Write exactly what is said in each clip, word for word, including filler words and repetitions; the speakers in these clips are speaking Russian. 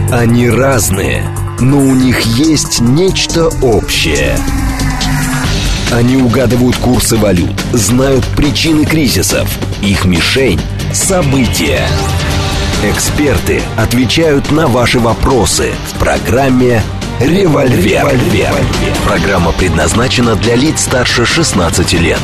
Они разные, но у них есть нечто общее. Они угадывают курсы валют, знают причины кризисов. Их мишень – события. Эксперты отвечают на ваши вопросы в программе «Револьвер». Револьвер. Программа предназначена для лиц старше шестнадцати лет.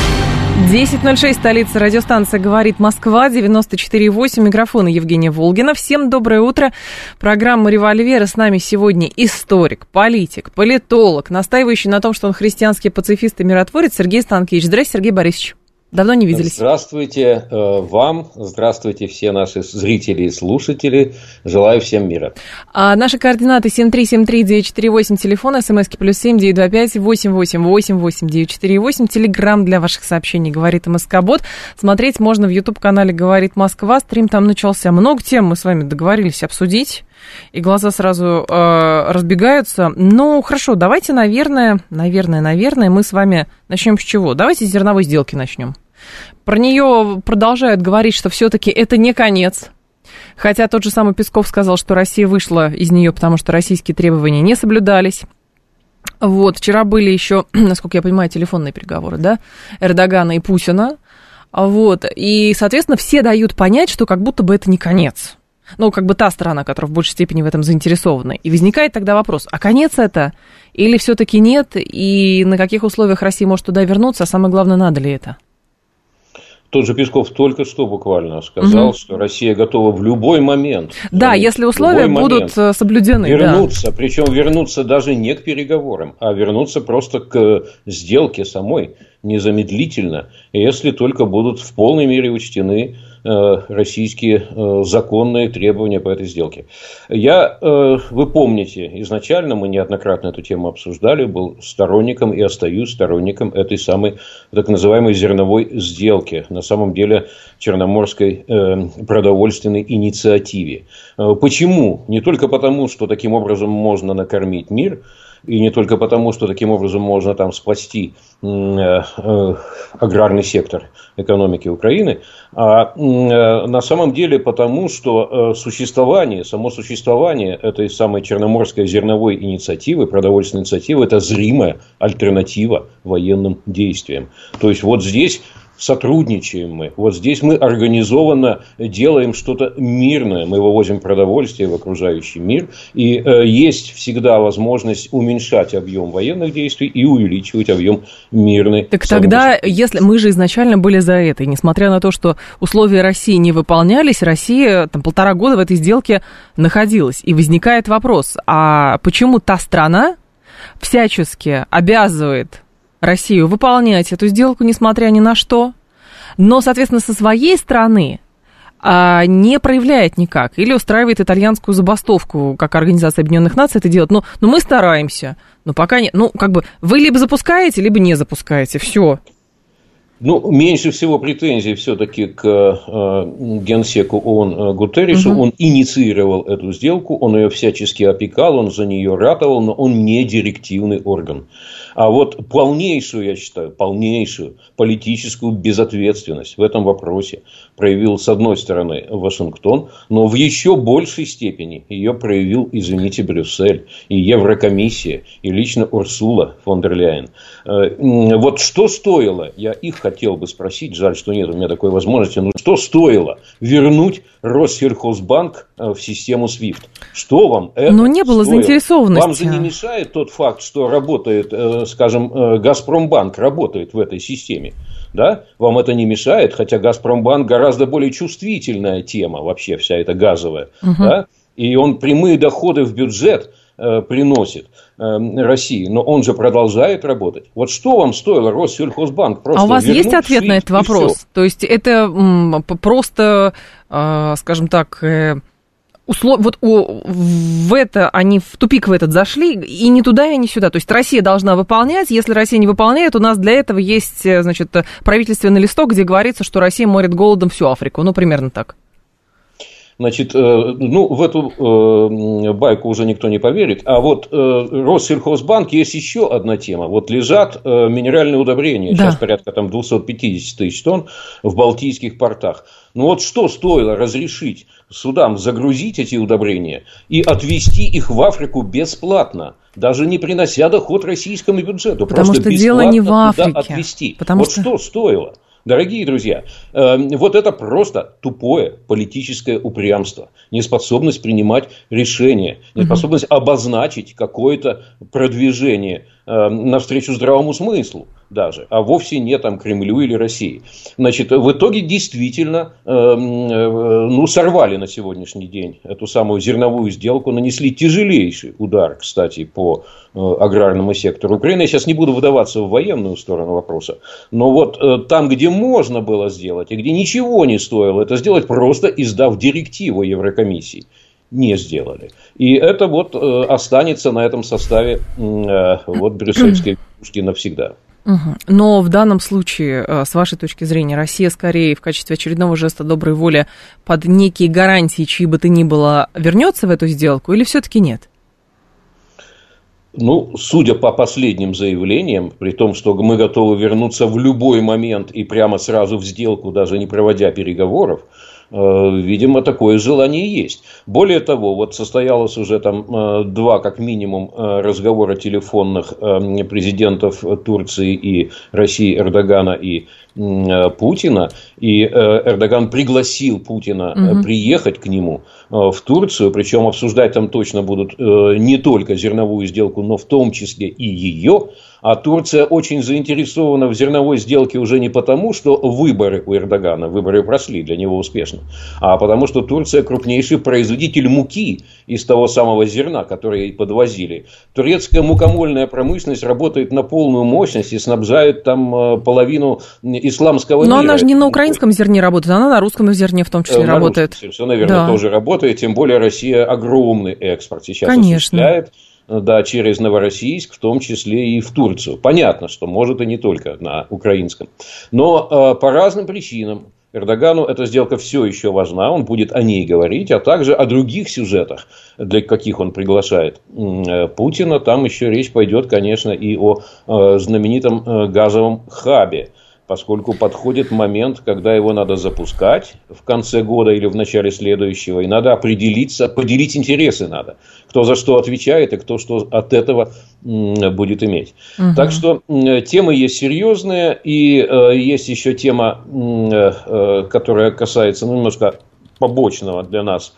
десять ноль шесть, столица, радиостанция «Говорит Москва», девяносто четыре и восемь, микрофон Евгения Волгина. Всем доброе утро. Программа «Револьвер». С нами сегодня историк, политик, политолог, настаивающий на том, что он христианский пацифист и миротворец, Сергей Станкевич. Здравствуйте, Сергей Борисович. Давно не виделись. Здравствуйте э, вам, здравствуйте все наши зрители и слушатели. Желаю всем мира. А наши координаты семь три семь три девять четыре восемь, телефон, смски плюс семь девять два пять восемь восемь восемь восемь девять четыре восемь, телеграм для ваших сообщений «Говорит МСК-бот». Смотреть можно в YouTube-канале «Говорит Москва». Стрим там начался. Много тем мы с вами договорились обсудить. И глаза сразу э, разбегаются. Ну, хорошо, давайте, наверное, наверное, наверное, мы с вами начнем с чего? Давайте с зерновой сделки начнем. Про нее продолжают говорить, что все-таки это не конец. Хотя тот же самый Песков сказал, что Россия вышла из нее, потому что российские требования не соблюдались. Вот, вчера были еще, насколько я понимаю, телефонные переговоры, да, Эрдогана и Путина. Вот, и, соответственно, все дают понять, что как будто бы это не конец. Ну, как бы та сторона, которая в большей степени в этом заинтересована. И возникает тогда вопрос, а конец это или все-таки нет? И на каких условиях Россия может туда вернуться? А самое главное, надо ли это? Тот же Песков только что буквально сказал, угу. что Россия готова в любой момент. Да, если условия будут соблюдены. Вернуться, да. Причем вернуться даже не к переговорам, а вернуться просто к сделке самой, незамедлительно, если только будут в полной мере учтены российские законные требования по этой сделке. Я, вы помните, изначально мы неоднократно эту тему обсуждали, был сторонником и остаюсь сторонником этой самой так называемой зерновой сделки, на самом деле черноморской продовольственной инициативе. Почему? Не только потому, что таким образом можно накормить мир, и не только потому, что таким образом можно там спасти э, э, аграрный сектор экономики Украины, а э, на самом деле потому, что э, существование, само существование этой самой черноморской зерновой инициативы, продовольственной инициативы, это зримая альтернатива военным действиям. То есть вот здесь сотрудничаем мы. Вот здесь мы организованно делаем что-то мирное. Мы вывозим продовольствие в окружающий мир. И э, есть всегда возможность уменьшать объем военных действий и увеличивать объем мирной. Так тогда, если мы же изначально были за это, и несмотря на то, что условия России не выполнялись, Россия там полтора года в этой сделке находилась. И возникает вопрос, а почему та страна всячески обязывает Россию выполнять эту сделку, несмотря ни на что, но, соответственно, со своей стороны а, не проявляет никак или устраивает итальянскую забастовку, как Организация Объединенных Наций это делает. Но, но мы стараемся, но пока не... Ну, как бы, вы либо запускаете, либо не запускаете, все. Ну, меньше всего претензий все-таки к э, генсеку ООН Гутерришу. Угу. Он инициировал эту сделку, он ее всячески опекал, он за нее ратовал, но он не директивный орган. А вот полнейшую, я считаю, полнейшую политическую безответственность в этом вопросе проявил, с одной стороны, Вашингтон, но в еще большей степени ее проявил, извините, Брюссель и Еврокомиссия, и лично Урсула фон дер Ляйен. Вот что стоило, я их хотел бы спросить, жаль, что нет у меня такой возможности, но что стоило вернуть Россельхозбанк в систему свифт? Что вам это Но не было стоило? заинтересованности. Вам же не мешает тот факт, что работает, скажем, Газпромбанк работает в этой системе? Да? Вам это не мешает, хотя Газпромбанк гораздо более чувствительная тема, вообще вся эта газовая. Угу. Да? И он прямые доходы в бюджет э, приносит э, России, но он же продолжает работать. Вот что вам стоило Россельхозбанк? Просто а у вас есть ответ на этот вопрос? То есть это м, просто, э, скажем так... Э... Услов... Вот у... в это они в тупик в этот зашли, и ни туда, и ни сюда. То есть Россия должна выполнять. Если Россия не выполняет, у нас для этого есть, значит, правительственный листок, где говорится, что Россия морит голодом всю Африку. Ну, примерно так. Значит, ну, в эту байку уже никто не поверит. А вот Россельхозбанк, есть еще одна тема. Вот лежат минеральные удобрения, да. Сейчас порядка там двести пятьдесят тысяч тонн в балтийских портах. Ну вот что стоило разрешить судам загрузить эти удобрения и отвезти их в Африку бесплатно, даже не принося доход российскому бюджету. Потому просто что дело не в Африке. Отвезти. Потому вот что... что стоило? Дорогие друзья, э, вот это просто тупое политическое упрямство, неспособность принимать решения, неспособность угу. обозначить какое-то продвижение э, навстречу здравому смыслу даже, а вовсе не там Кремлю или России. Значит, в итоге действительно э, э, ну, сорвали на сегодняшний день эту самую зерновую сделку, нанесли тяжелейший удар, кстати, по э, аграрному сектору Украины. Я сейчас не буду вдаваться в военную сторону вопроса, но вот э, там, где можно было сделать, и где ничего не стоило это сделать, просто издав директиву Еврокомиссии. Не сделали. И это вот э, останется на этом составе э, вот брюссельской верхушки навсегда. Но в данном случае, с вашей точки зрения, Россия скорее в качестве очередного жеста доброй воли под некие гарантии, чьи бы то ни было, вернется в эту сделку или все-таки нет? Ну, судя по последним заявлениям, при том, что мы готовы вернуться в любой момент и прямо сразу в сделку, даже не проводя переговоров, видимо, такое желание есть. Более того, вот состоялось уже там два, как минимум, разговора телефонных президентов Турции и России, Эрдогана и Путина. И Эрдоган пригласил Путина угу. приехать к нему в Турцию. Причем обсуждать там точно будут не только зерновую сделку, но в том числе и ее. А Турция очень заинтересована в зерновой сделке уже не потому, что выборы у Эрдогана, выборы прошли для него успешно, а потому что Турция крупнейший производитель муки из того самого зерна, которое ей подвозили. Турецкая мукомольная промышленность работает на полную мощность и снабжает там половину исламского Но мира. Но она же не на украинском зерне работает, она на русском зерне в том числе на работает. Русском, все, наверное, да. тоже работает, тем более Россия огромный экспорт сейчас Конечно. осуществляет. Да, через Новороссийск, в том числе и в Турцию. Понятно, что может и не только на украинском. Но э, по разным причинам Эрдогану эта сделка все еще важна, он будет о ней говорить, а также о других сюжетах, для каких он приглашает э, Путина. Там еще речь пойдет, конечно, и о э, знаменитом э, газовом хабе. Поскольку подходит момент, когда его надо запускать в конце года или в начале следующего, и надо определиться, поделить интересы надо, кто за что отвечает и кто что от этого будет иметь. Угу. Так что темы есть серьезные, и э, есть еще тема, э, которая касается ну, немножко побочного для нас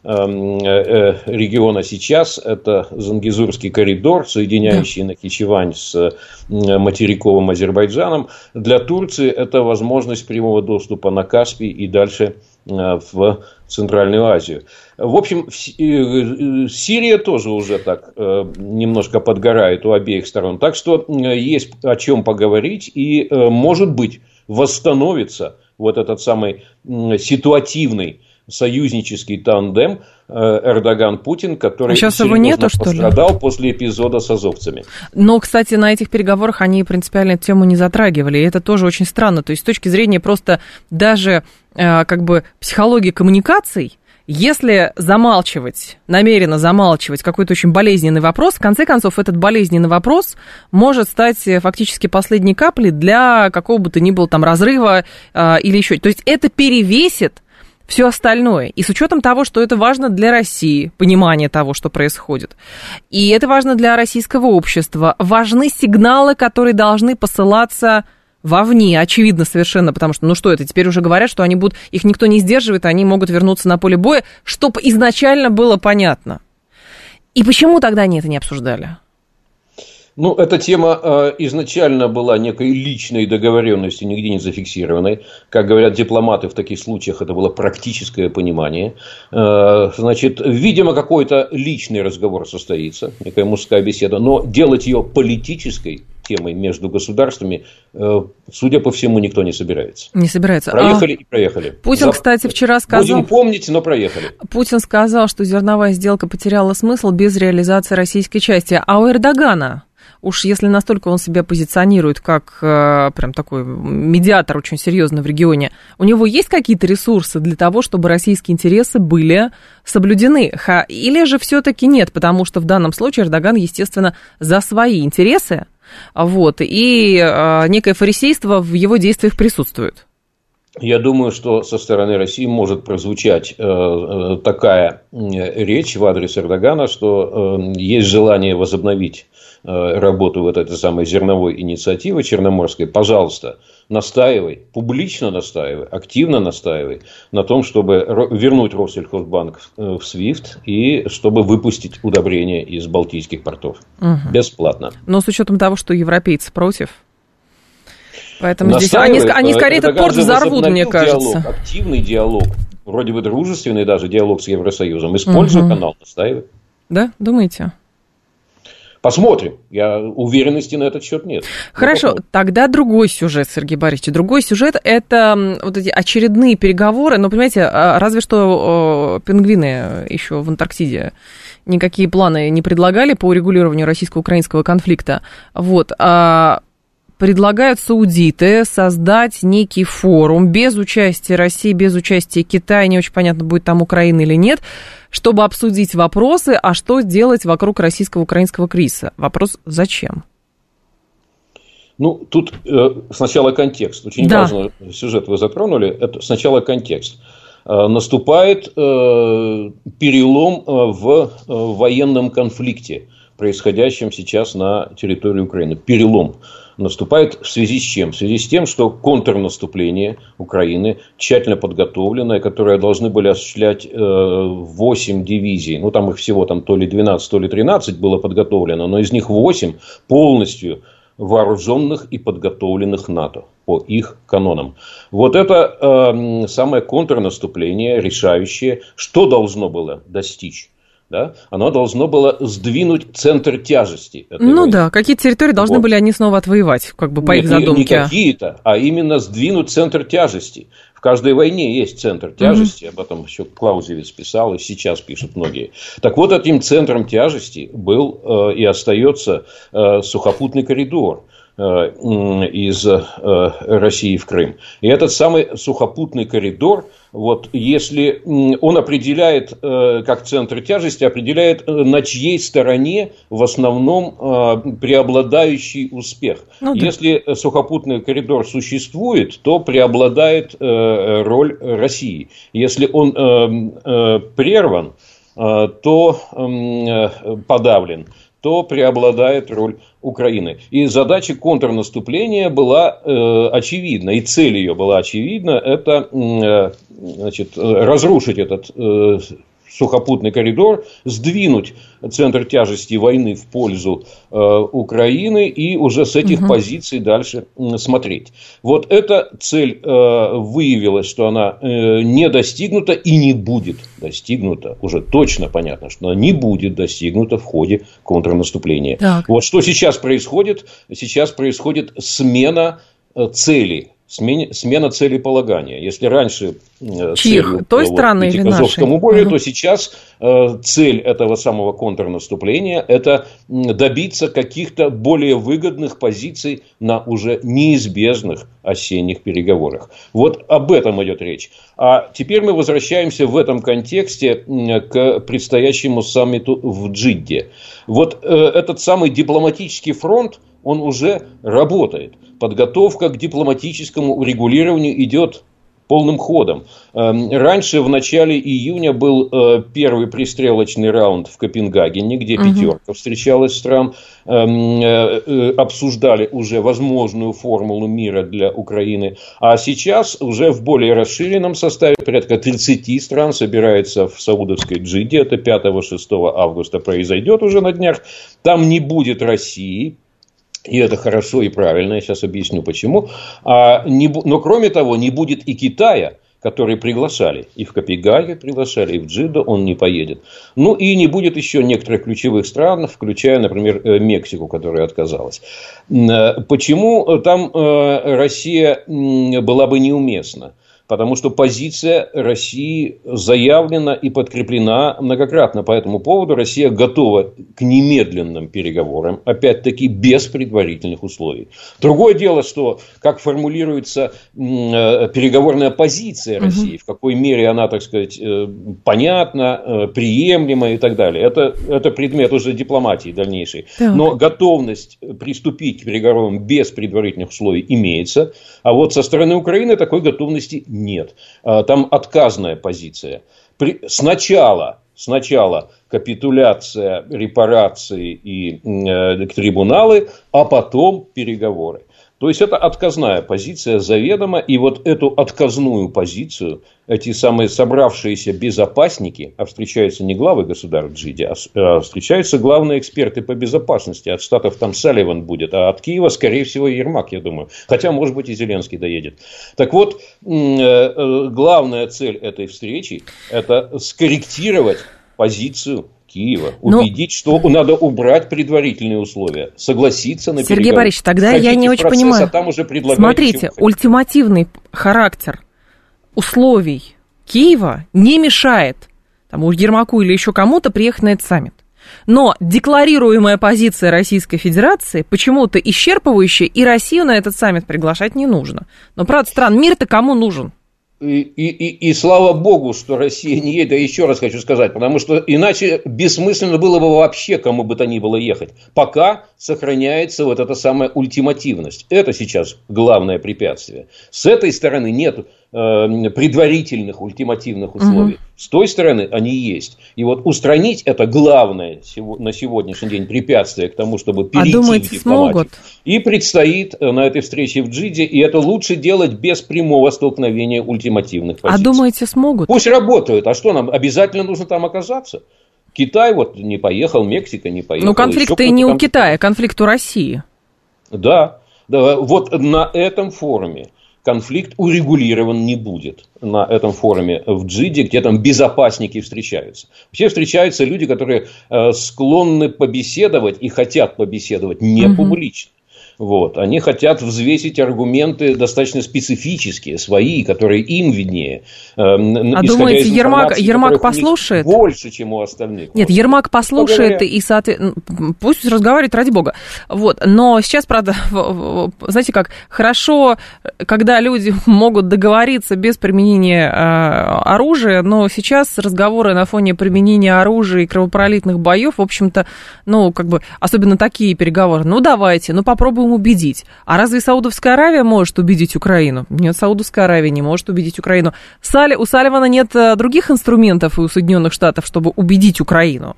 региона сейчас. Это Зангезурский коридор, соединяющий да. Нахичевань с материковым Азербайджаном. Для Турции это возможность прямого доступа на Каспий и дальше в Центральную Азию. В общем, Сирия тоже уже так немножко подгорает у обеих сторон. Так что есть о чем поговорить, и, может быть, восстановится вот этот самый ситуативный союзнический тандем Эрдоган-Путин, который сейчас его нету, что ли? Пострадал после эпизода с азовцами. Но, кстати, на этих переговорах они принципиально эту тему не затрагивали, и это тоже очень странно. То есть, с точки зрения просто даже как бы психологии коммуникаций, если замалчивать, намеренно замалчивать какой-то очень болезненный вопрос, в конце концов, этот болезненный вопрос может стать фактически последней каплей для какого бы то ни было там разрыва э, или еще. То есть, это перевесит все остальное. И с учетом того, что это важно для России, понимание того, что происходит, и это важно для российского общества, важны сигналы, которые должны посылаться вовне, очевидно совершенно, потому что, ну что это, теперь уже говорят, что они будут, их никто не сдерживает, они могут вернуться на поле боя, чтобы изначально было понятно. И почему тогда они это не обсуждали? Ну, эта тема э, изначально была некой личной договоренностью, нигде не зафиксированной. Как говорят дипломаты, в таких случаях это было практическое понимание. Э, значит, видимо, какой-то личный разговор состоится, некая мужская беседа, но делать ее политической темой между государствами, э, судя по всему, никто не собирается. Не собирается. Проехали а... и проехали. Путин, За... кстати, вчера сказал... Будем помнить, но проехали. Путин сказал, что зерновая сделка потеряла смысл без реализации российской части. А у Эрдогана... уж если настолько он себя позиционирует как э, прям такой медиатор очень серьезный в регионе, у него есть какие-то ресурсы для того, чтобы российские интересы были соблюдены? Ха, или же все-таки нет, потому что в данном случае Эрдоган, естественно, за свои интересы, вот, и э, некое фарисейство в его действиях присутствует? Я думаю, что со стороны России может прозвучать э, такая речь в адрес Эрдогана, что э, есть желание возобновить э, работу вот этой самой зерновой инициативы черноморской. Пожалуйста, настаивай, публично настаивай, активно настаивай на том, чтобы вернуть Россельхозбанк в свифт и чтобы выпустить удобрения из балтийских портов. Угу. Бесплатно. Но с учетом того, что европейцы против... Поэтому здесь они, они скорее этот порт взорвут, мне кажется. Диалог, активный диалог, вроде бы дружественный даже диалог с Евросоюзом. Используя угу. канал, настаивай. Да, думаете? Посмотрим. Я уверенности на этот счет нет. Хорошо, тогда другой сюжет, Сергей Борисович. Другой сюжет – это вот эти очередные переговоры. Но, понимаете, разве что пингвины еще в Антарктиде никакие планы не предлагали по урегулированию российско-украинского конфликта. Вот. Предлагают саудиты создать некий форум без участия России, без участия Китая, не очень понятно, будет там Украина или нет, чтобы обсудить вопросы, а что делать вокруг российско-украинского кризиса. Вопрос зачем? Ну, тут э, сначала контекст. Очень да. важный сюжет вы затронули. Это сначала контекст. Э, наступает э, перелом в э, военном конфликте, происходящем сейчас на территории Украины. Перелом наступает в связи с чем? В связи с тем, что контрнаступление Украины, тщательно подготовленное, которое должны были осуществлять восемь дивизий, ну там их всего там то ли двенадцать, то ли тринадцать было подготовлено, но из них восемь полностью вооруженных и подготовленных НАТО по их канонам. Вот это э, самое контрнаступление, решающее, что должно было достичь. Да, оно должно было сдвинуть центр тяжести этой Ну войны. да, какие территории должны вот. были они снова отвоевать, как бы по Нет, их задумке. Не какие-то, а именно сдвинуть центр тяжести. В каждой войне есть центр тяжести, угу. об этом еще Клаузевиц писал, и сейчас пишут многие. Так вот, этим центром тяжести был э, и остается э, сухопутный коридор из России в Крым. И этот самый сухопутный коридор, вот, если он определяет, как центр тяжести, определяет, на чьей стороне в основном преобладающий успех. Ну, да. Если сухопутный коридор существует, то преобладает роль России. Если он прерван, то подавлен, то преобладает роль Украины. И задача контрнаступления была э, очевидна, и цель ее была очевидна, это э, значит, разрушить этот э, сухопутный коридор, сдвинуть центр тяжести войны в пользу э, Украины и уже с этих угу. позиций дальше э, смотреть. Вот эта цель э, выявилась, что она э, не достигнута и не будет достигнута. Уже точно понятно, что она не будет достигнута в ходе контрнаступления. Так. Вот что сейчас происходит? Сейчас происходит смена э, целей. Смена целеполагания. Если раньше Чьих? Той вот, страны или нашей? Азовскому морю, угу. то сейчас э, цель этого самого контрнаступления – это добиться каких-то более выгодных позиций на уже неизбежных осенних переговорах. Вот об этом идет речь. А теперь мы возвращаемся в этом контексте к предстоящему саммиту в Джидде. Вот э, этот самый дипломатический фронт, он уже работает. Подготовка к дипломатическому урегулированию идет полным ходом. Раньше, в начале июня, был первый пристрелочный раунд в Копенгагене, где угу. пятерка встречалась стран, обсуждали уже возможную формулу мира для Украины. А сейчас уже в более расширенном составе порядка тридцати стран собирается в саудовской Джидде. Это пятого-шестого августа произойдет уже на днях. Там не будет России. И это хорошо и правильно, я сейчас объясню почему. А не, но кроме того, не будет и Китая, который приглашали. И в Копенгаге приглашали, и в Джидду он не поедет. Ну и не будет еще некоторых ключевых стран, включая, например, Мексику, которая отказалась. Почему там Россия была бы неуместна? Потому что позиция России заявлена и подкреплена многократно по этому поводу. Россия готова к немедленным переговорам, опять-таки без предварительных условий. Другое дело, что как формулируется переговорная позиция России, угу. в какой мере она, так сказать, понятна, приемлема и так далее. Это, это предмет уже дипломатии дальнейшей. Так. Но готовность приступить к переговорам без предварительных условий имеется. А вот со стороны Украины такой готовности нет. Там отказная позиция. При... Сначала, сначала капитуляция, репарации и э, трибуналы, а потом переговоры. То есть это отказная позиция заведомо, и вот эту отказную позицию эти самые собравшиеся безопасники, а встречаются не главы государств Джиди, а встречаются главные эксперты по безопасности. От Штатов там Салливан будет, а от Киева, скорее всего, Ермак, я думаю. Хотя, может быть, и Зеленский доедет. Так вот, главная цель этой встречи – это скорректировать позицию Киева, убедить, ну, что надо убрать предварительные условия, согласиться на переговоры. Сергей Борисович, тогда Хотите я не очень процесс, понимаю. А там уже Смотрите, ультимативный характер условий Киева не мешает там, Ермаку или еще кому-то приехать на этот саммит. Но декларируемая позиция Российской Федерации почему-то исчерпывающая, и Россию на этот саммит приглашать не нужно. Но, правда, стран мир-то кому нужен? И, и, и, и слава богу, что Россия не едет, я еще раз хочу сказать, потому что иначе бессмысленно было бы вообще кому бы то ни было ехать. Пока сохраняется вот эта самая ультимативность. Это сейчас главное препятствие. С этой стороны нет э, предварительных ультимативных условий. Угу. С той стороны они есть. И вот устранить это главное на сегодняшний день препятствие к тому, чтобы перейти а думаете, в дипломатию. Смогут? И предстоит на этой встрече в Джиде, и это лучше делать без прямого столкновения ультимативных позиций. А думаете, смогут? Пусть работают. А что нам, обязательно нужно там оказаться? Китай вот не поехал, Мексика не поехала. Ну, конфликт-то и не у Китая, конфликт у России. Да, да, вот на этом форуме конфликт урегулирован не будет. На этом форуме в Джиде, где там безопасники встречаются. Вообще встречаются люди, которые э, склонны побеседовать и хотят побеседовать не угу. публично. Вот. Они хотят взвесить аргументы достаточно специфические, свои, которые им виднее. А думаете, Ермак, Ермак послушает? Больше, чем у остальных. Нет, Ермак послушает и, соответственно, пусть разговаривает, ради бога. Вот. Но сейчас, правда, знаете как, хорошо, когда люди могут договориться без применения оружия, но сейчас разговоры на фоне применения оружия и кровопролитных боев, в общем-то, ну, как бы, особенно такие переговоры, ну, давайте, ну, попробуем убедить. А разве Саудовская Аравия может убедить Украину? Нет, Саудовская Аравия не может убедить Украину. Салли, у Салливана нет других инструментов и у Соединенных Штатов, чтобы убедить Украину.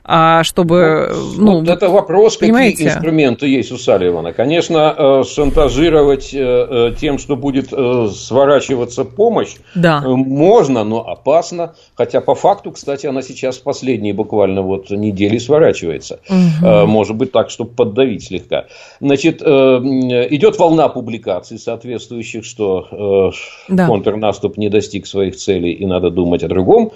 А чтобы, ну, вот это вопрос, понимаете? Какие инструменты есть у Салливана. Конечно, шантажировать тем, что будет сворачиваться помощь, да. можно, но опасно. Хотя по факту, кстати, она сейчас в последние буквально вот недели сворачивается. Угу. Может быть так, чтобы поддавить слегка. Значит, идет волна публикаций соответствующих, что да. контрнаступ не достиг своих целей и надо думать о другом.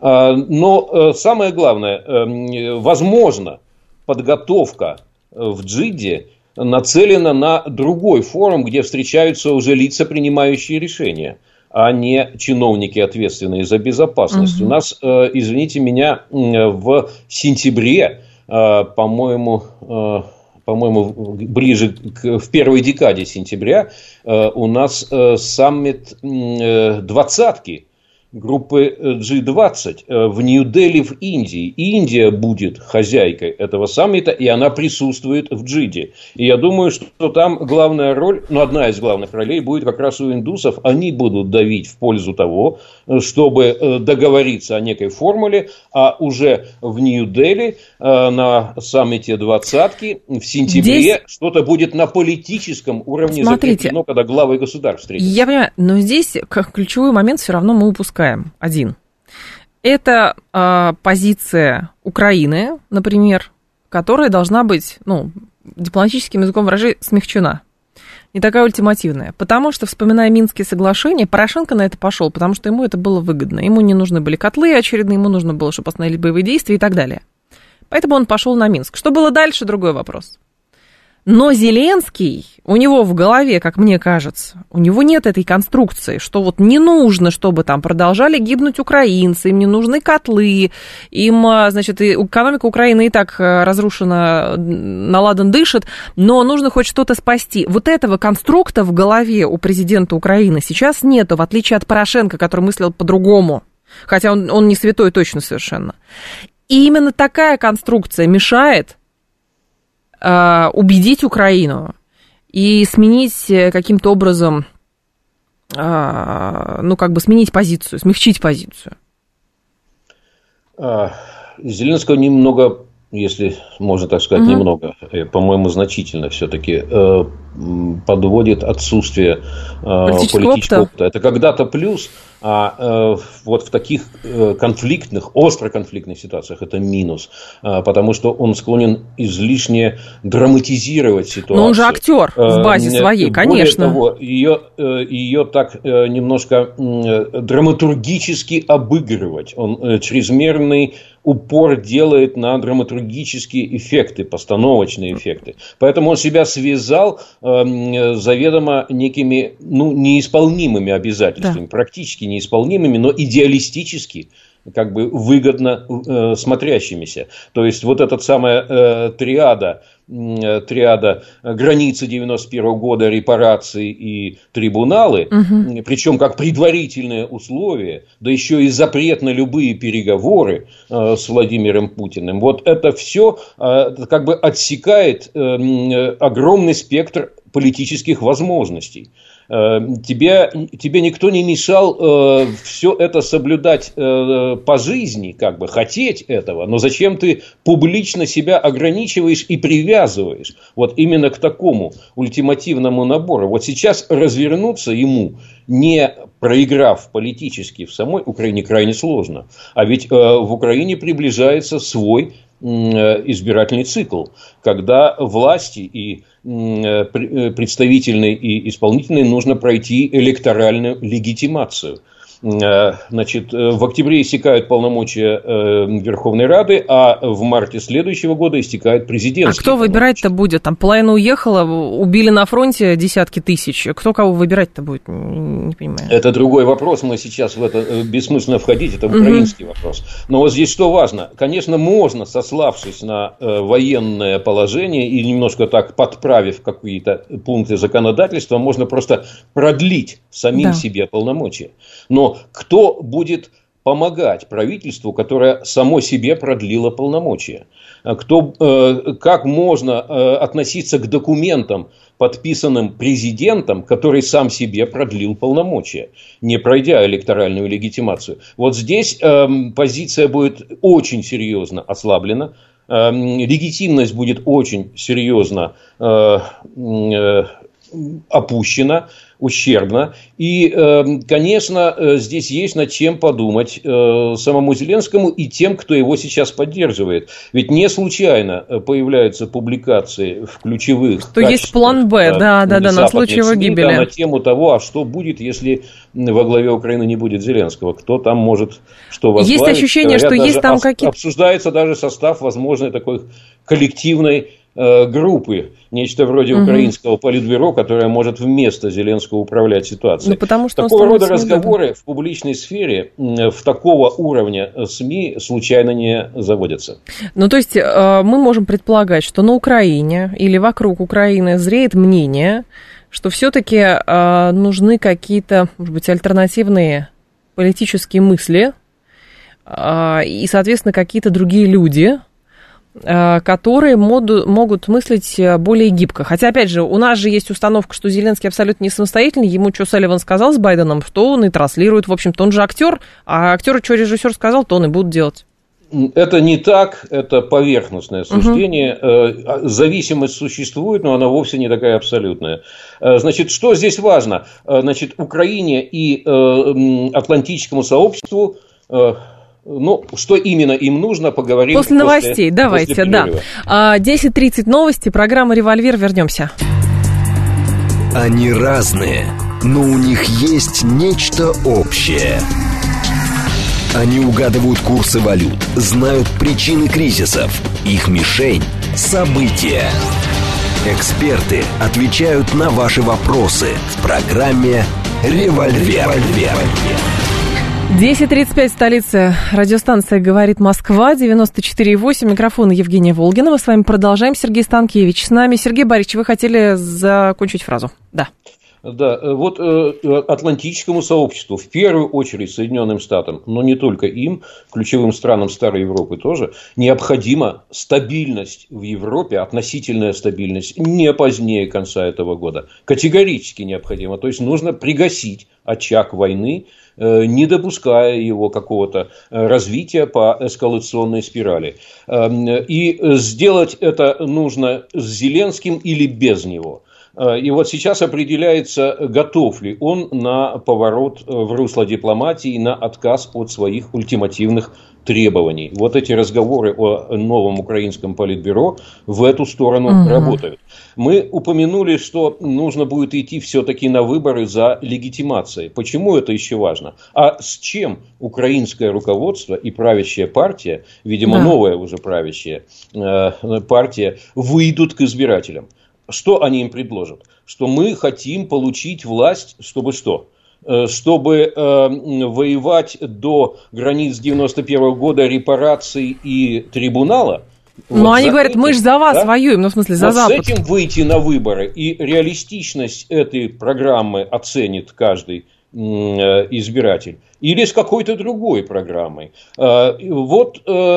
Но самое главное, возможно, подготовка в Джиде нацелена на другой форум, где встречаются уже лица, принимающие решения, а не чиновники, ответственные за безопасность. Угу. У нас, извините меня, в сентябре, по-моему, по-моему, ближе к в первой декаде сентября у нас саммит двадцатки. Группы джи двадцать в Нью-Дели в Индии. Индия будет хозяйкой этого саммита, и она присутствует в Джиде. И я думаю, что там главная роль, ну, одна из главных ролей будет как раз у индусов. Они будут давить в пользу того, чтобы договориться о некой формуле, а уже в Нью-Дели на саммите двадцатки в сентябре здесь... что-то будет на политическом уровне закреплено, когда главы государств встретятся. Я понимаю, но здесь как ключевой момент все равно мы упускаем. Один. Это э, позиция Украины, например, которая должна быть, ну, дипломатическим языком выражения, смягчена. Не такая ультимативная. Потому что, вспоминая Минские соглашения, Порошенко на это пошел, потому что ему это было выгодно. Ему не нужны были котлы очередные, ему нужно было, чтобы остановили боевые действия и так далее. Поэтому он пошел на Минск. Что было дальше, другой вопрос. Но Зеленский, у него в голове, как мне кажется, у него нет этой конструкции, что вот не нужно, чтобы там продолжали гибнуть украинцы, им не нужны котлы, им, значит, экономика Украины и так разрушена, на ладан дышит, но нужно хоть что-то спасти. Вот этого конструкта в голове у президента Украины сейчас нету, в отличие от Порошенко, который мыслил по-другому, хотя он, он не святой точно совершенно. И именно такая конструкция мешает убедить Украину и сменить каким-то образом, ну, как бы сменить позицию, смягчить позицию. Зеленского немного, если можно так сказать, угу. немного, по-моему, значительно все-таки подводит отсутствие политического, политического опыта. опыта. Это когда-то плюс, а э, вот в таких э, конфликтных, остро конфликтных ситуациях это минус, э, потому что он склонен излишне драматизировать ситуацию. Но он же актер в базе э, своей, конечно. Более того, ее, э, ее так э, немножко э, драматургически обыгрывать. Он э, чрезмерный упор делает на драматургические эффекты, постановочные эффекты. Поэтому он себя связал э, заведомо некими, ну, неисполнимыми обязательствами, да. практически неисполнимыми, но идеалистически как бы выгодно э, смотрящимися. То есть вот эта самая э, триада, э, триада границы девяносто первого года, репарации и трибуналы, угу. причем как предварительное условие, да еще и запрет на любые переговоры э, с Владимиром Путиным. Вот это все э, как бы отсекает э, огромный спектр политических возможностей. Тебе, тебе никто не мешал э, все это соблюдать э, по жизни, как бы хотеть этого, но зачем ты публично себя ограничиваешь и привязываешь вот именно к такому ультимативному набору? Вот сейчас развернуться ему, не проиграв политически в самой Украине, крайне сложно. А ведь э, в Украине приближается свой избирательный цикл, когда власти и представительной и исполнительной нужно пройти электоральную легитимацию. Значит, в октябре истекают полномочия Верховной Рады, а в марте следующего года истекают президентские. А кто выбирать-то будет? Там половина уехала, убили на фронте десятки тысяч. Кто кого выбирать-то будет? Не понимаю. Это другой вопрос. Мы сейчас в это бессмысленно входить. Это украинский угу. вопрос. Но вот здесь что важно? Конечно, можно, сославшись на военное положение и немножко так подправив какие-то пункты законодательства, можно просто продлить самим да. себе полномочия. Но кто будет помогать правительству, которое само себе продлило полномочия? Кто, э, как можно э, относиться к документам, подписанным президентом, который сам себе продлил полномочия, не пройдя электоральную легитимацию? Вот здесь э, позиция будет очень серьезно ослаблена. Э, легитимность будет очень серьезно э, э, опущена, ущербно. И, конечно, здесь есть над чем подумать самому Зеленскому и тем, кто его сейчас поддерживает. Ведь не случайно появляются публикации в ключевых... Что есть план Б, да, да, да, на случай его гибели. Да, на тему того, а что будет, если во главе Украины не будет Зеленского. Кто там может что возглавить. Есть ощущение, что есть там какие-то... Обсуждается даже состав возможной такой коллективной группы, нечто вроде угу. украинского политбюро, которое может вместо Зеленского управлять ситуацией. Ну, потому что такого рода разговоры неудобно. В публичной сфере в такого уровня СМИ случайно не заводятся. Ну, то есть мы можем предполагать, что на Украине или вокруг Украины зреет мнение, что все-таки нужны какие-то, может быть, альтернативные политические мысли и, соответственно, какие-то другие люди, которые могут мыслить более гибко. Хотя, опять же, у нас же есть установка, что Зеленский абсолютно не самостоятельный. Ему что Салливан сказал с Байденом, что он и транслирует. В общем-то, он же актер, а актер, что режиссер сказал, то он и будет делать. Это не так, это поверхностное суждение. Угу. Зависимость существует, но она вовсе не такая абсолютная. Значит, что здесь важно? Значит, Украине и Атлантическому сообществу... Ну, что именно им нужно, поговорим после новостей. После, давайте, после да. десять тридцать новости, программа «Револьвер». Вернемся. Они разные, но у них есть нечто общее. Они угадывают курсы валют, знают причины кризисов. Их мишень – события. Эксперты отвечают на ваши вопросы в программе «Револьвер». десять тридцать пять, столица. Радиостанция «Говорит Москва», девяносто четыре и восемь. Микрофон Евгения Волгина. Мы с вами продолжаем. Сергей Станкевич с нами. Сергей Борисович, вы хотели закончить фразу? Да. Да, вот э, атлантическому сообществу, в первую очередь Соединенным Штатам, но не только им, ключевым странам Старой Европы тоже, необходима стабильность в Европе, относительная стабильность не позднее конца этого года. Категорически необходимо. То есть нужно пригасить очаг войны, э, не допуская его какого-то развития по эскалационной спирали. Э, и сделать это нужно с Зеленским или без него. И вот сейчас определяется, готов ли он на поворот в русло дипломатии, на отказ от своих ультимативных требований. Вот эти разговоры о новом украинском политбюро в эту сторону угу. работают. Мы упомянули, что нужно будет идти все-таки на выборы за легитимацией. Почему это еще важно? А с чем украинское руководство и правящая партия, видимо, да. новая уже правящая э, партия, выйдут к избирателям? Что они им предложат? Что мы хотим получить власть, чтобы что? Чтобы э, воевать до границ девяносто первого года, репараций и трибунала? Но вот они говорят, этим, мы же за вас да? воюем, ну, в смысле, за вот Запад. С этим выйти на выборы. И реалистичность этой программы оценит каждый э, избиратель. Или с какой-то другой программой. Вот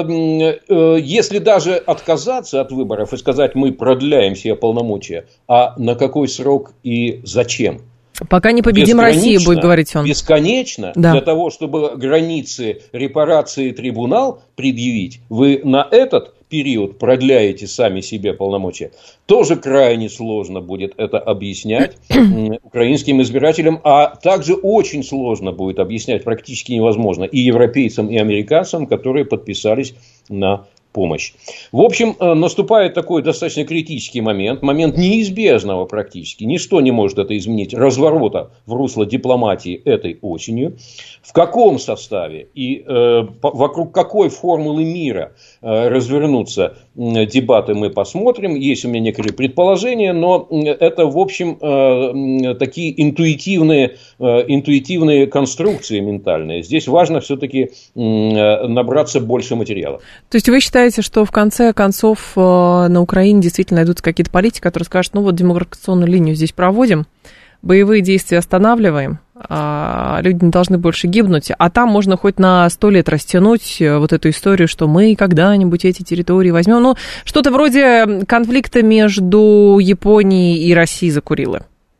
если даже отказаться от выборов и сказать, мы продляем себе полномочия, а на какой срок и зачем? Пока не победим Россию, будет говорить он. Бесконечно. Да. Для того, чтобы границы репарации и трибунал предъявить, вы на этот период продляете сами себе полномочия. Тоже крайне сложно будет это объяснять украинским избирателям, а также очень сложно будет объяснять, практически невозможно, и европейцам, и американцам, которые подписались на помощь. В общем, наступает такой достаточно критический момент, момент неизбежного практически, ничто не может это изменить, разворота в русло дипломатии этой осенью. В каком составе и э, вокруг какой формулы мира э, развернутся э, дебаты, мы посмотрим. Есть у меня некоторые предположения, но это, в общем, э, такие интуитивные, э, интуитивные конструкции ментальные. Здесь важно все-таки э, набраться больше материала. То есть вы считаете, что в конце концов э, на Украине действительно найдутся какие-то политики, которые скажут, ну вот демаркационную линию здесь проводим, боевые действия останавливаем, а люди не должны больше гибнуть, а там можно хоть на сто лет растянуть вот эту историю, что мы когда-нибудь эти территории возьмем. Ну, что-то вроде конфликта между Японией и Россией закурило.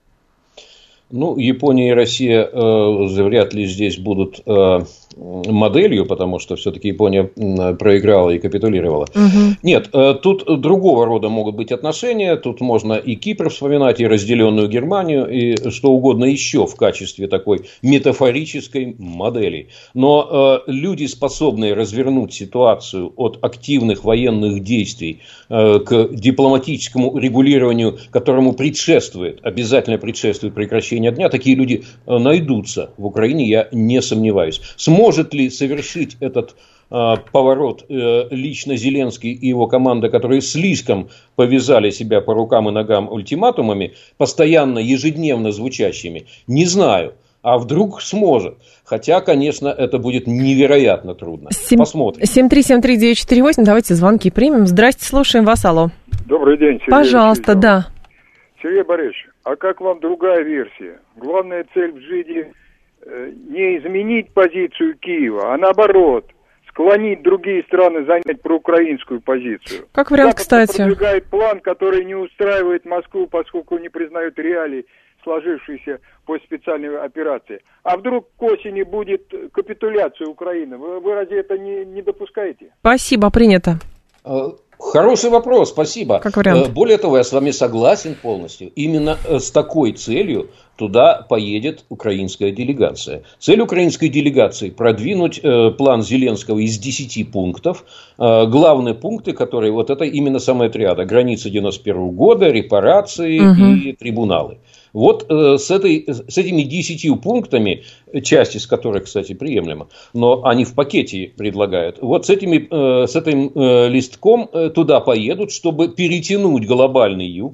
Ну, Япония и Россия э, вряд ли здесь будут э, моделью, потому что все-таки Япония проиграла и капитулировала. Угу. Нет, э, тут другого рода могут быть отношения. Тут можно и Кипр вспоминать, и разделенную Германию, и что угодно еще в качестве такой метафорической модели. Но э, люди, способные развернуть ситуацию от активных военных действий э, к дипломатическому регулированию, которому предшествует, обязательно предшествует прекращение дня, такие люди найдутся в Украине, я не сомневаюсь. Сможет ли совершить этот э, поворот э, лично Зеленский и его команда, которые слишком повязали себя по рукам и ногам ультиматумами, постоянно, ежедневно звучащими, не знаю. А вдруг сможет. Хотя, конечно, это будет невероятно трудно. Посмотрим. семь три семь три девять четыре восемь. Давайте звонки примем. Здрасте, слушаем вас. Алло. Добрый день, Сергей. Пожалуйста, да. Сергей Борисович, а как вам другая версия? Главная цель в Жиде э, не изменить позицию Киева, а наоборот, склонить другие страны занять проукраинскую позицию. Как вариант, Запад кстати. продвигает план, который не устраивает Москву, поскольку не признают реалий, сложившейся по специальной операции. А вдруг к осени будет капитуляция Украины? Вы, вы разве это не, не допускаете? Спасибо, принято. Хороший вопрос, спасибо. Как вариант. Более того, я с вами согласен полностью. Именно с такой целью туда поедет украинская делегация. Цель украинской делегации – продвинуть э, план Зеленского из десяти пунктов. Э, главные пункты, которые вот это именно самая триада. Границы девяносто первого года, репарации угу. и трибуналы. Вот э, с, этой, с этими десятью пунктами, часть из которых, кстати, приемлема, но они в пакете предлагают, вот с, этими, э, с этим э, листком э, туда поедут, чтобы перетянуть глобальный юг,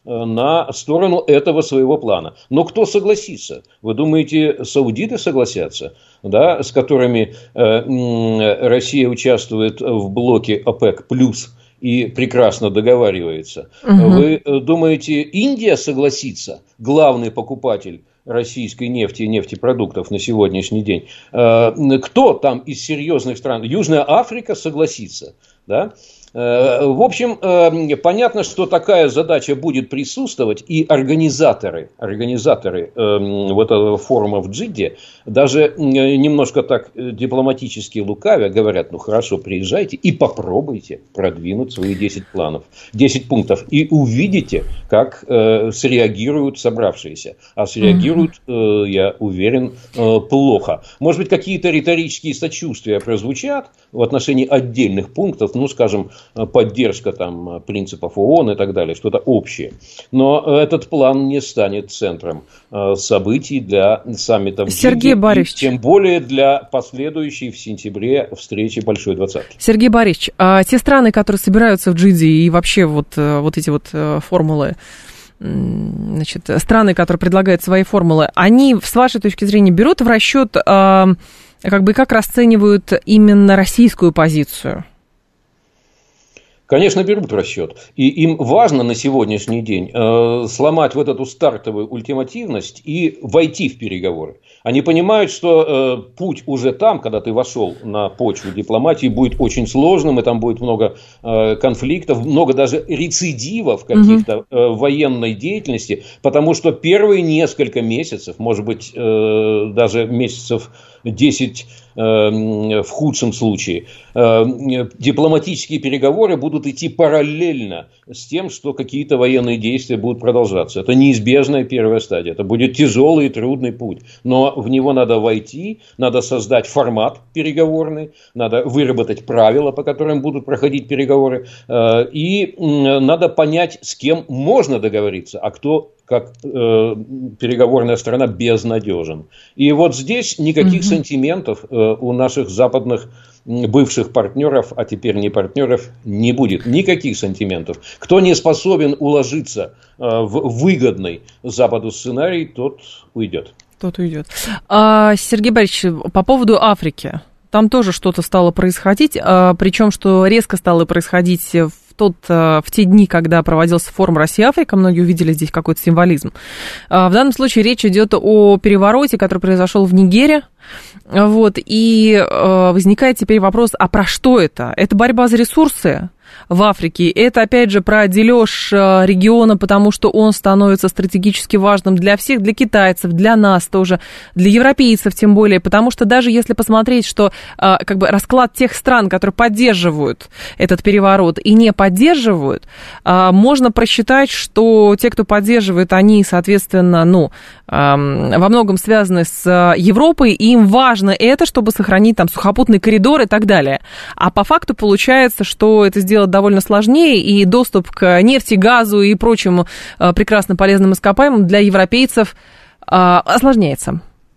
на сторону этого своего плана. Но кто согласится? Вы думаете, саудиты согласятся, да, с которыми э, Россия участвует в блоке ОПЕК+, и прекрасно договаривается? Угу. Вы думаете, Индия согласится, главный покупатель российской нефти и нефтепродуктов на сегодняшний день? Кто там из серьезных стран? Южная Африка согласится, да? В общем, понятно, что такая задача будет присутствовать, и организаторы, организаторы вот этого форума в Джидде даже немножко так дипломатически лукавя говорят: ну хорошо, приезжайте и попробуйте продвинуть свои десять планов, десять пунктов, и увидите, как среагируют собравшиеся. А среагируют, я уверен, плохо. Может быть, какие-то риторические сочувствия прозвучат в отношении отдельных пунктов, ну, скажем, поддержка там принципов ООН и так далее, что-то общее. Но этот план не станет центром событий для саммита в Сергей Борисович, тем более для последующей в сентябре встречи Большой двадцатки. Сергей Борисович, а те страны, которые собираются в Джидде, и вообще вот, вот эти вот формулы, значит, страны, которые предлагают свои формулы, они, с вашей точки зрения, берут в расчет, как бы, как расценивают именно российскую позицию? Конечно, берут в расчет. И им важно на сегодняшний день э, сломать вот эту стартовую ультимативность и войти в переговоры. Они понимают, что э, путь уже там, когда ты вошел на почву дипломатии, будет очень сложным, и там будет много э, конфликтов, много даже рецидивов каких-то угу. э, военной деятельности, потому что первые несколько месяцев, может быть, э, даже месяцев десять э, в худшем случае, э, дипломатические переговоры будут идти параллельно с тем, что какие-то военные действия будут продолжаться. Это неизбежная первая стадия. Это будет тяжелый и трудный путь. Но в него надо войти, надо создать формат переговорный, надо выработать правила, по которым будут проходить переговоры, э, и э, надо понять, с кем можно договориться, а кто как э, переговорная сторона безнадежен. И вот здесь никаких угу. сантиментов э, у наших западных бывших партнеров, а теперь не партнеров, не будет. Никаких сантиментов. Кто не способен уложиться э, в выгодный Западу сценарий, тот уйдет. Тот уйдет. А, Сергей Борисович, по поводу Африки. Там тоже что-то стало происходить, а, причем, что резко стало происходить в Тот, в те дни, когда проводился форум Россия-Африка, многие увидели здесь какой-то символизм. В данном случае речь идет о перевороте, который произошел в Нигере. Вот, и возникает теперь вопрос, а про что это? Это борьба за ресурсы в Африке. Это, опять же, про дележ региона, потому что он становится стратегически важным для всех, для китайцев, для нас тоже, для европейцев тем более, потому что даже если посмотреть, что как бы расклад тех стран, которые поддерживают этот переворот и не поддерживают, можно просчитать, что те, кто поддерживает, они, соответственно, ну, во многом связаны с Европой, и им важно это, чтобы сохранить там сухопутный коридор и так далее. А по факту получается, что это сделать довольно сложнее, и доступ к нефти, газу и прочим прекрасно полезным ископаемым для европейцев осложняется.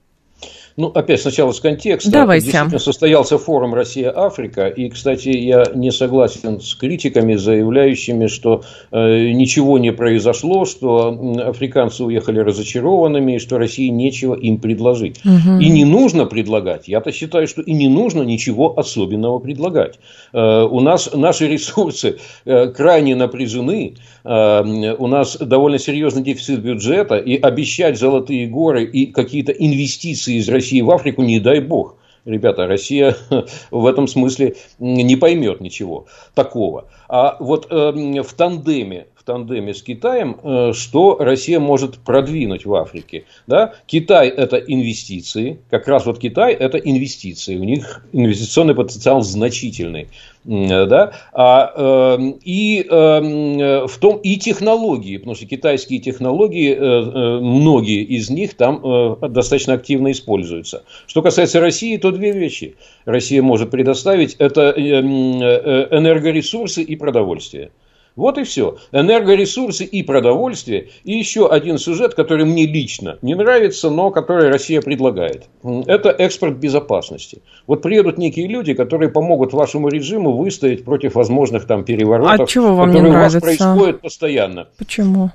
Ну, опять сначала с контекста. Давайте. Действительно состоялся форум Россия-Африка, и, кстати, я не согласен с критиками, заявляющими, что э, ничего не произошло, что африканцы уехали разочарованными, и что России нечего им предложить. Угу. И не нужно предлагать. Я-то считаю, что и не нужно ничего особенного предлагать. Э, у нас наши ресурсы э, крайне напряжены, э, у нас довольно серьезный дефицит бюджета, и обещать золотые горы и какие-то инвестиции из России в Африку, не дай бог. Ребята, Россия в этом смысле не поймет ничего такого. А вот э, в тандеме, в тандеме с Китаем, э, что Россия может продвинуть в Африке? Да? Китай – это инвестиции. Как раз вот Китай – это инвестиции. У них инвестиционный потенциал значительный. Да? А, э, и э, в том и технологии, потому что китайские технологии, э, э, многие из них там э, достаточно активно используются. Что касается России, то две вещи Россия может предоставить: это э, э, энергоресурсы и продовольствие. Вот и все. Энергоресурсы и продовольствие. И еще один сюжет, который мне лично не нравится, но который Россия предлагает. Это экспорт безопасности. Вот приедут некие люди, которые помогут вашему режиму выстоять против возможных там переворотов, а чего вам которые не у вас нравится? происходят постоянно. Почему?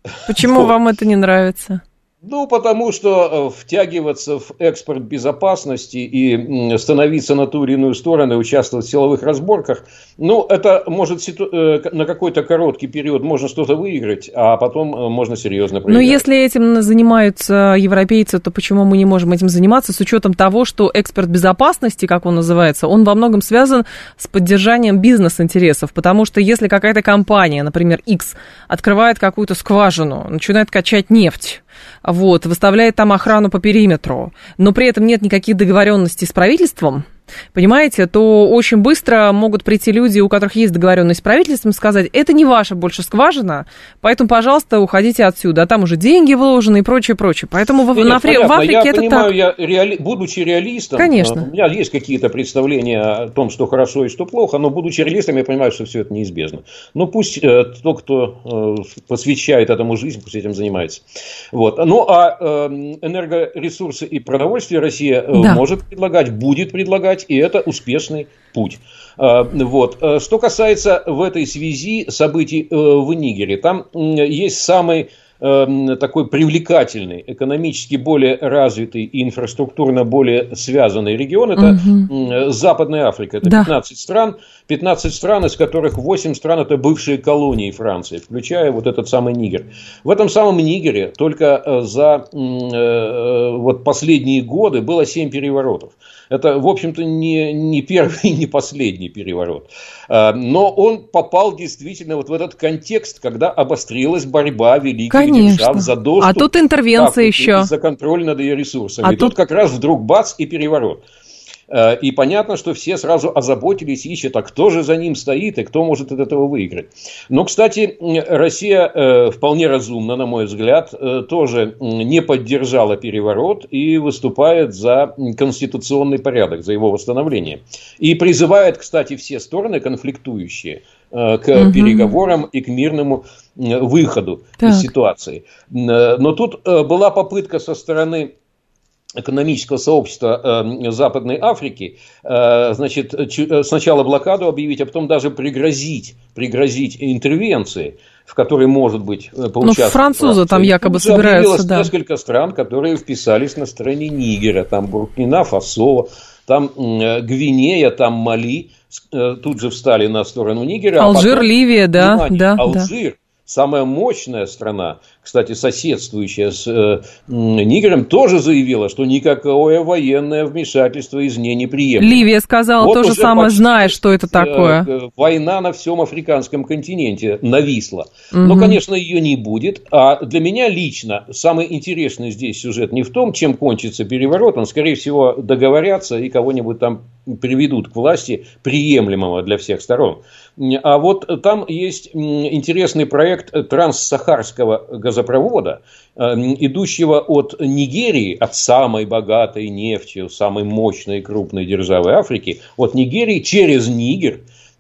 Почему вот. Вам это не нравится? Ну, потому что втягиваться в экспорт безопасности и становиться на ту или иную сторону, участвовать в силовых разборках, ну, это может на какой-то короткий период можно что-то выиграть, а потом можно серьезно проиграть. Но если этим занимаются европейцы, то почему мы не можем этим заниматься с учетом того, что экспорт безопасности, как он называется, он во многом связан с поддержанием бизнес-интересов, потому что если какая-то компания, например, X, открывает какую-то скважину, начинает качать нефть, вот, выставляет там охрану по периметру, но при этом нет никаких договоренностей с правительством, понимаете, то очень быстро могут прийти люди, у которых есть договоренность с правительством, сказать, это не ваша больше скважина, поэтому, пожалуйста, уходите отсюда, а там уже деньги вложены и прочее, прочее. Поэтому в, нет, на, понятно, в Африке я это понимаю, так. Я реали... будучи реалистом, конечно. У меня есть какие-то представления о том, что хорошо и что плохо, но будучи реалистом, я понимаю, что все это неизбежно. Но пусть э, тот, кто э, посвящает этому жизнь, пусть этим занимается. Вот. Ну, а э, энергоресурсы и продовольствие Россия э, да. может предлагать, будет предлагать, и это успешный путь. Вот. Что касается в этой связи событий в Нигере, там есть самый такой привлекательный, экономически более развитый и инфраструктурно более связанный регион, это угу. Западная Африка, это да. пятнадцать стран, пятнадцать стран, из которых восемь стран это бывшие колонии Франции, включая вот этот самый Нигер. В этом самом Нигере только за вот последние годы было семь переворотов. Это, в общем-то, не, не первый и не последний переворот. Но он попал действительно вот в этот контекст, когда обострилась борьба великих Конечно. держав за доступ. А тут интервенция еще. За контроль над ее ресурсами. А и тут... тут как раз вдруг бац и переворот. И понятно, что все сразу озаботились, ищут, а кто же за ним стоит и кто может от этого выиграть. Но, кстати, Россия вполне разумно, на мой взгляд, тоже не поддержала переворот и выступает за конституционный порядок, за его восстановление. И призывает, кстати, все стороны конфликтующие к угу. переговорам и к мирному выходу так. из ситуации. Но тут была попытка со стороны экономического сообщества э, Западной Африки, э, значит, ч- сначала блокаду объявить, а потом даже пригрозить, пригрозить интервенции, в которой, может быть, поучаствовать. Ну, французы там якобы собираются, да. Несколько стран, которые вписались на стороне Нигера, там Буркина Фасо, там э, Гвинея, там Мали, э, тут же встали на сторону Нигера. Алжир, а потом, Ливия, да, внимание, да, Алжир. Да. Самая мощная страна, кстати, соседствующая с э, Нигером, тоже заявила, что никакое военное вмешательство из нее не приемлемо. Ливия сказала вот то же самое, зная, что это такое. Э, война на всем африканском континенте нависла. Угу. Но, конечно, ее не будет. А для меня лично самый интересный здесь сюжет не в том, чем кончится переворот. Он, скорее всего, договорятся и кого-нибудь там приведут к власти, приемлемого для всех сторон. А вот там есть интересный проект транссахарского газопровода, идущего от Нигерии, от самой богатой нефтью, самой мощной и крупной державы Африки, от Нигерии через Нигер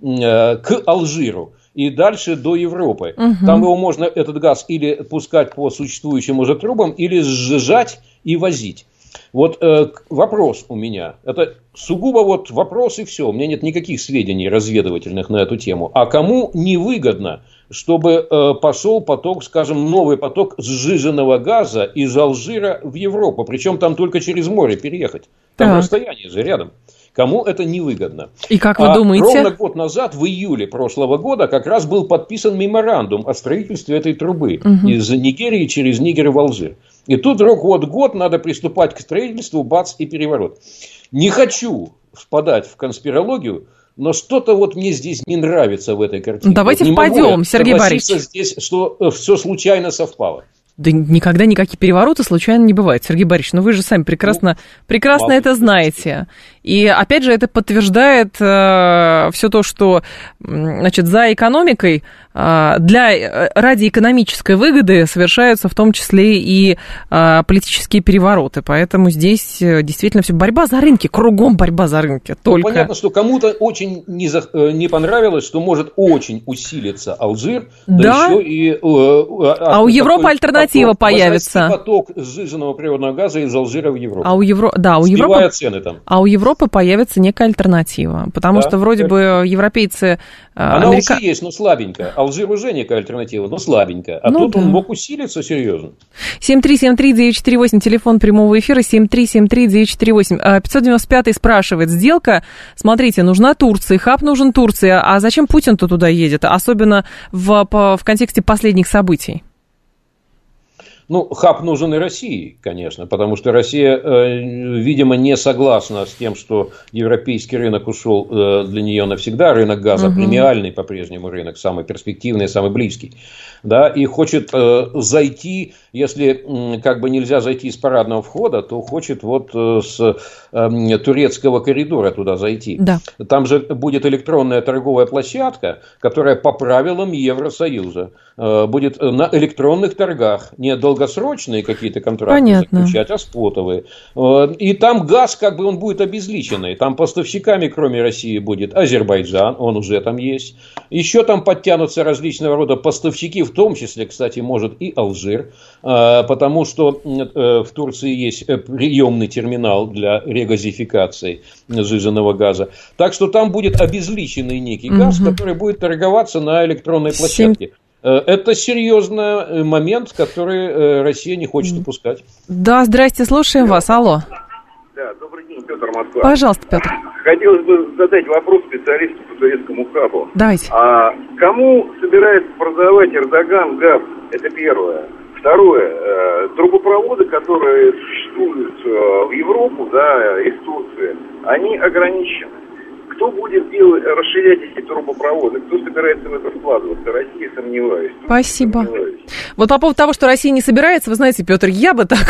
к Алжиру. И дальше до Европы. Угу. Там его можно, этот газ, или пускать по существующим уже трубам, или сжижать и возить. Вот э, вопрос у меня. Это сугубо вот вопрос и все. У меня нет никаких сведений разведывательных на эту тему. А кому невыгодно, чтобы э, пошел поток, скажем, новый поток сжиженного газа из Алжира в Европу? Причем там только через море переехать. Там так. расстояние же рядом. Кому это невыгодно. И как вы а думаете? Ровно год назад, в июле прошлого года, как раз был подписан меморандум о строительстве этой трубы угу. из Нигерии через Нигер в Алжир. И тут вдруг вот год надо приступать к строительству, бац, и переворот. Не хочу впадать в конспирологию, но что-то вот мне здесь не нравится в этой картине. Давайте вот впадем, Сергей Борисович. Здесь, что все случайно совпало. Да никогда никакие перевороты случайно не бывают, Сергей Борисович. Но вы же сами прекрасно, ну, прекрасно это знаете. И опять же это подтверждает э, все то, что значит, за экономикой э, для, ради экономической выгоды совершаются в том числе и э, политические перевороты. Поэтому здесь действительно все борьба за рынки, кругом борьба за рынки. Только... Ну, понятно, что кому-то очень не, за, не понравилось, что может очень усилиться Алжир. Да, да еще и, э, а у Европы альтернатива поток, появится. Поток сжиженного природного газа из Алжира в Европу. А у Евро... да, у Европы... цены там. А у Европы Европы появится некая альтернатива. Потому да, что вроде да. бы европейцы... Она Америка... уже есть, но слабенькая. Алжир уже некая альтернатива, но слабенькая. А ну, тут да. он мог усилиться серьезно. семь три семь три девять четыре восемь, телефон прямого эфира, семь три семь три девять четыре восемь. пятьсот девяносто пятый спрашивает, сделка, смотрите, нужна Турции, хаб нужен Турции, а зачем Путин-то туда едет? Особенно в, в контексте последних событий. Ну, хаб нужен и России, конечно, потому что Россия, э, видимо, не согласна с тем, что европейский рынок ушел э, для нее навсегда, рынок газа, угу. премиальный по-прежнему рынок, самый перспективный, самый близкий, да, и хочет э, зайти, если э, как бы нельзя зайти с парадного входа, то хочет вот э, с э, турецкого коридора туда зайти. Да. Там же будет электронная торговая площадка, которая по правилам Евросоюза э, будет на электронных торгах, не долго долгосрочные какие-то контракты Понятно. заключать, а спотовые. И там газ, как бы он будет обезличенный. Там поставщиками, кроме России, будет Азербайджан, он уже там есть. Еще там подтянутся различного рода поставщики, в том числе, кстати, может и Алжир, потому что в Турции есть приемный терминал для регазификации сжиженного газа. Так что там будет обезличенный некий газ, угу. который будет торговаться на электронной площадке. Это серьезный момент, который Россия не хочет упускать. Да, здрасте, слушаем вас. Алло. Да, добрый день, Петр, Москва. Пожалуйста, Петр. Хотелось бы задать вопрос специалисту по турецкому хабу. Давайте. А кому собирается продавать Эрдоган газ? Это первое. Второе. Трубопроводы, которые существуют в Европу, да, из Турции, они ограничены. Кто будет делать, расширять эти трубопроводы? Кто собирается в это вкладываться? Россия, сомневаюсь. Спасибо. Сомневаюсь. Вот по поводу того, что Россия не собирается, вы знаете, Петр, я бы так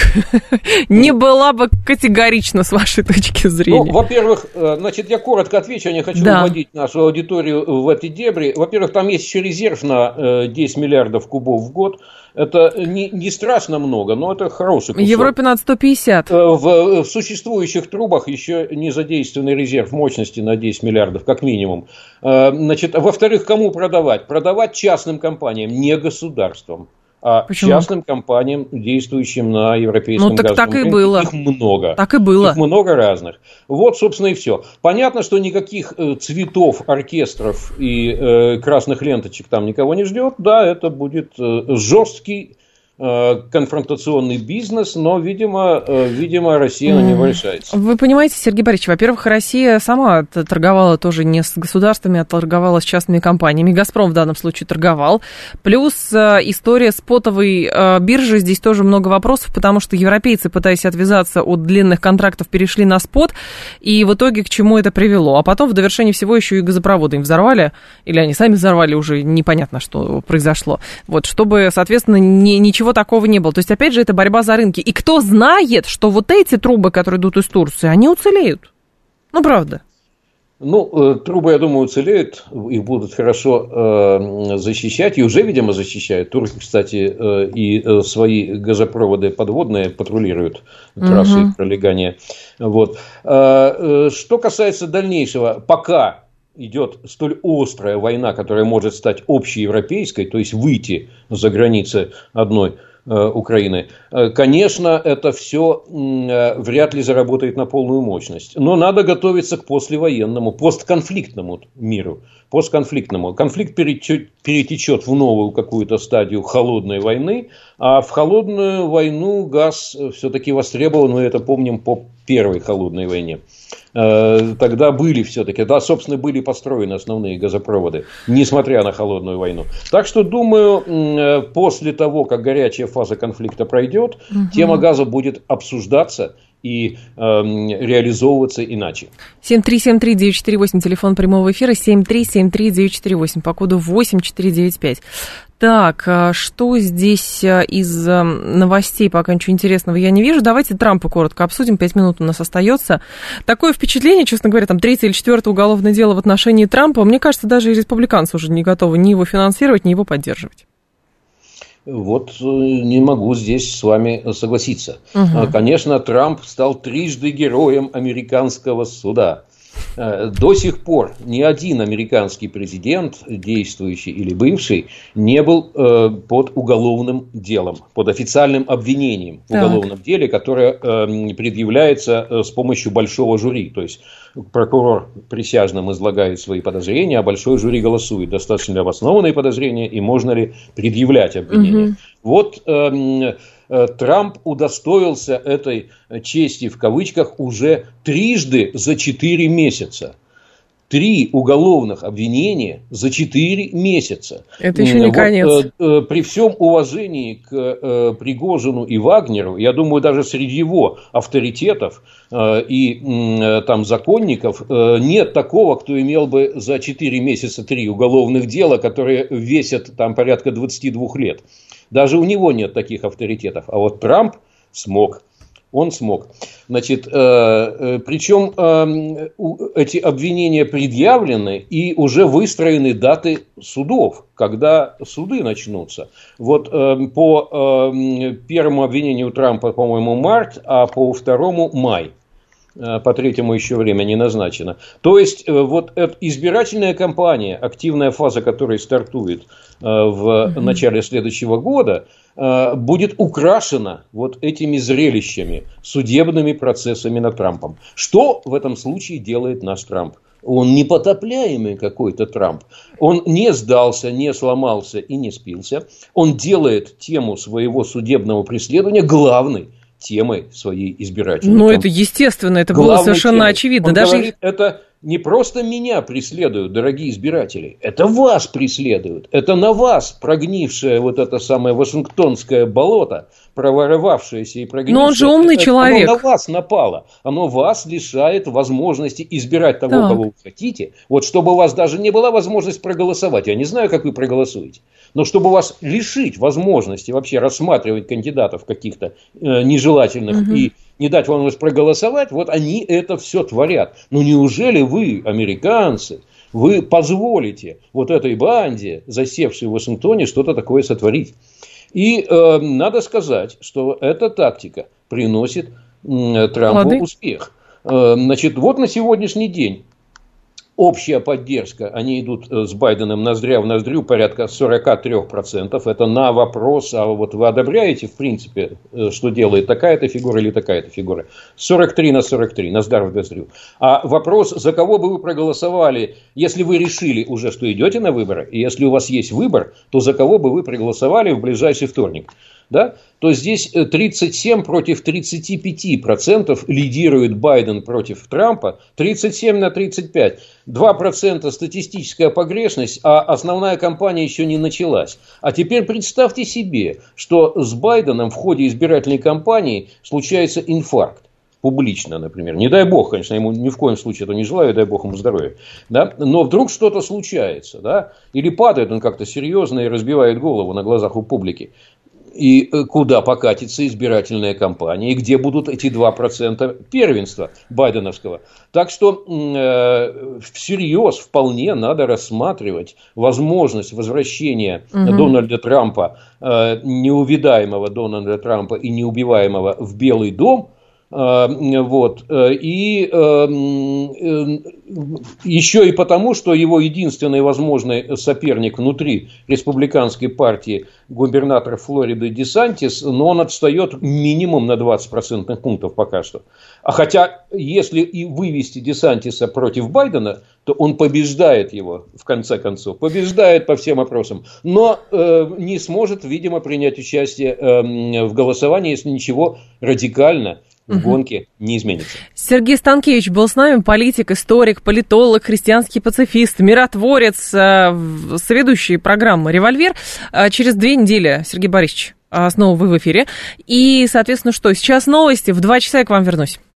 не была бы категорична с вашей точки зрения. Ну, во-первых, значит, я коротко отвечу, я не хочу да. вводить нашу аудиторию в эти дебри. Во-первых, там есть еще резерв на десять миллиардов кубов в год. Это не, не страшно много, но это хороший кусок. В Европе надо сто пятьдесят. В, в существующих трубах еще не задействованный резерв мощности на десять миллиардов, как минимум. Значит, во-вторых, кому продавать? Продавать частным компаниям, не государствам, а Почему? частным компаниям, действующим на европейском ну, так, газовом так рынке. И было. Их много. Так и было. Их много разных. Вот, собственно, и все. Понятно, что никаких цветов, оркестров и э, красных ленточек там никого не ждет. Да, это будет э, жесткий конфронтационный бизнес, но, видимо, видимо, Россия на него решается. Вы понимаете, Сергей Борисович, во-первых, Россия сама торговала тоже не с государствами, а торговала с частными компаниями. «Газпром» в данном случае торговал. Плюс история спотовой биржи, здесь тоже много вопросов, потому что европейцы, пытаясь отвязаться от длинных контрактов, перешли на спот, и в итоге к чему это привело? А потом в довершении всего еще и газопроводы им взорвали, или они сами взорвали, уже непонятно, что произошло. Вот, чтобы, соответственно, не, ничего такого не было. То есть, опять же, это борьба за рынки. И кто знает, что вот эти трубы, которые идут из Турции, они уцелеют? Ну, правда. Ну, трубы, я думаю, уцелеют, их будут хорошо э, защищать, и уже, видимо, защищают. Турки, кстати, э, и свои газопроводы подводные патрулируют трассы угу. пролегания. Вот. Э, что касается дальнейшего, пока идет столь острая война, которая может стать общеевропейской, то есть выйти за границы одной э, Украины, э, конечно, это все э, вряд ли заработает на полную мощность. Но надо готовиться к послевоенному, постконфликтному миру. Постконфликтному. Конфликт перетечет, перетечет в новую какую-то стадию холодной войны, а в холодную войну газ все-таки востребован, мы это помним по первой холодной войне. Тогда были все-таки, да, собственно, были построены основные газопроводы, несмотря на холодную войну. Так что, думаю, после того, как горячая фаза конфликта пройдет, угу. тема газа будет обсуждаться и э, реализовываться иначе. семь три семь три девять четыре восемь, телефон прямого эфира, семь три семь три девять четыре восемь, по коду восемь четыре девять пять. Так, что здесь из новостей, пока ничего интересного я не вижу. Давайте Трампа коротко обсудим, пять минут у нас остается. Такое впечатление, честно говоря, там третье или четвертое уголовное дело в отношении Трампа. Мне кажется, даже и республиканцы уже не готовы ни его финансировать, ни его поддерживать. Вот не могу здесь с вами согласиться. Угу. Конечно, Трамп стал трижды героем американского суда. До сих пор ни один американский президент, действующий или бывший, не был под уголовным делом, под официальным обвинением в так. уголовном деле, которое предъявляется с помощью большого жюри. То есть прокурор присяжным излагает свои подозрения, а большое жюри голосует, достаточно ли обоснованные подозрения и можно ли предъявлять обвинения. Угу. Вот э, э, Трамп удостоился этой чести в кавычках уже трижды за четыре месяца. Три уголовных обвинения за четыре месяца. Это еще не вот, конец. Э, э, при всем уважении к э, Пригожину и Вагнеру, я думаю, даже среди его авторитетов э, и э, там законников э, нет такого, кто имел бы за четыре месяца три уголовных дела, которые весят там порядка двадцать два лет. Даже у него нет таких авторитетов. А вот Трамп смог. Он смог. Значит, э, э, причем э, эти обвинения предъявлены и уже выстроены даты судов, когда суды начнутся. Вот э, по э, первому обвинению Трампа, по-моему, март, а по второму май. По третьему еще время не назначено. То есть, вот эта избирательная кампания, активная фаза которой стартует в mm-hmm. начале следующего года, будет украшена вот этими зрелищами, судебными процессами над Трампом. Что в этом случае делает наш Трамп? Он непотопляемый какой-то Трамп. Он не сдался, не сломался и не спился. Он делает тему своего судебного преследования главной темой своей избирательной. Ну, это естественно, это было совершенно темой. Очевидно. Он Даже... говорит, это не просто меня преследуют, дорогие избиратели, это вас преследуют. Это на вас прогнившее вот это самое вашингтонское болото, проворовавшееся и прогнившее. Но он же умный это, человек. Оно на вас напало. Оно вас лишает возможности избирать того, так. кого вы хотите. Вот чтобы у вас даже не была возможность проголосовать. Я не знаю, как вы проголосуете. Но чтобы вас лишить возможности вообще рассматривать кандидатов каких-то э, нежелательных угу. и не дать вам проголосовать, вот они это все творят. Ну неужели вы, американцы, вы позволите вот этой банде, засевшей в Вашингтоне, что-то такое сотворить? И э, надо сказать, что эта тактика приносит э, Трампу Лады. успех. Э, значит, вот на сегодняшний день общая поддержка, они идут с Байденом ноздря в ноздрю, порядка сорок три процента. Это на вопрос, а вот вы одобряете, в принципе, что делает такая-то фигура или такая-то фигура? сорок три на сорок три, ноздря в ноздрю. А вопрос, за кого бы вы проголосовали, если вы решили уже, что идете на выборы, и если у вас есть выбор, то за кого бы вы проголосовали в ближайший вторник? Да? То здесь тридцать семь против тридцати пяти процентов лидирует Байден против Трампа, тридцать семь на тридцать пять. два процента статистическая погрешность, а основная кампания еще не началась. А теперь представьте себе, что с Байденом в ходе избирательной кампании случается инфаркт. Публично, например. Не дай бог, конечно, ему ни в коем случае это не желаю, дай бог ему здоровья. Да? Но вдруг что-то случается. Да? Или падает он как-то серьезно и разбивает голову на глазах у публики. И куда покатится избирательная кампания, и где будут эти два процента первенства байденовского. Так что э, всерьез вполне надо рассматривать возможность возвращения угу. Дональда Трампа, э, неувидаемого Дональда Трампа и неубиваемого в Белый дом. Вот. И еще и потому, что его единственный возможный соперник внутри республиканской партии, губернатор Флориды Десантис, но он отстает минимум на двадцать процентных пунктов пока что. А хотя, если и вывести Десантиса против Байдена, то он побеждает его, в конце концов, побеждает по всем опросам, но э, не сможет, видимо, принять участие э, в голосовании, если ничего радикально в гонке не изменится. Сергей Станкевич был с нами, политик, историк, политолог, христианский пацифист, миротворец, соведущий программы «Револьвер». Через две недели, Сергей Борисович, снова вы в эфире. И, соответственно, что? Сейчас новости. В два часа я к вам вернусь.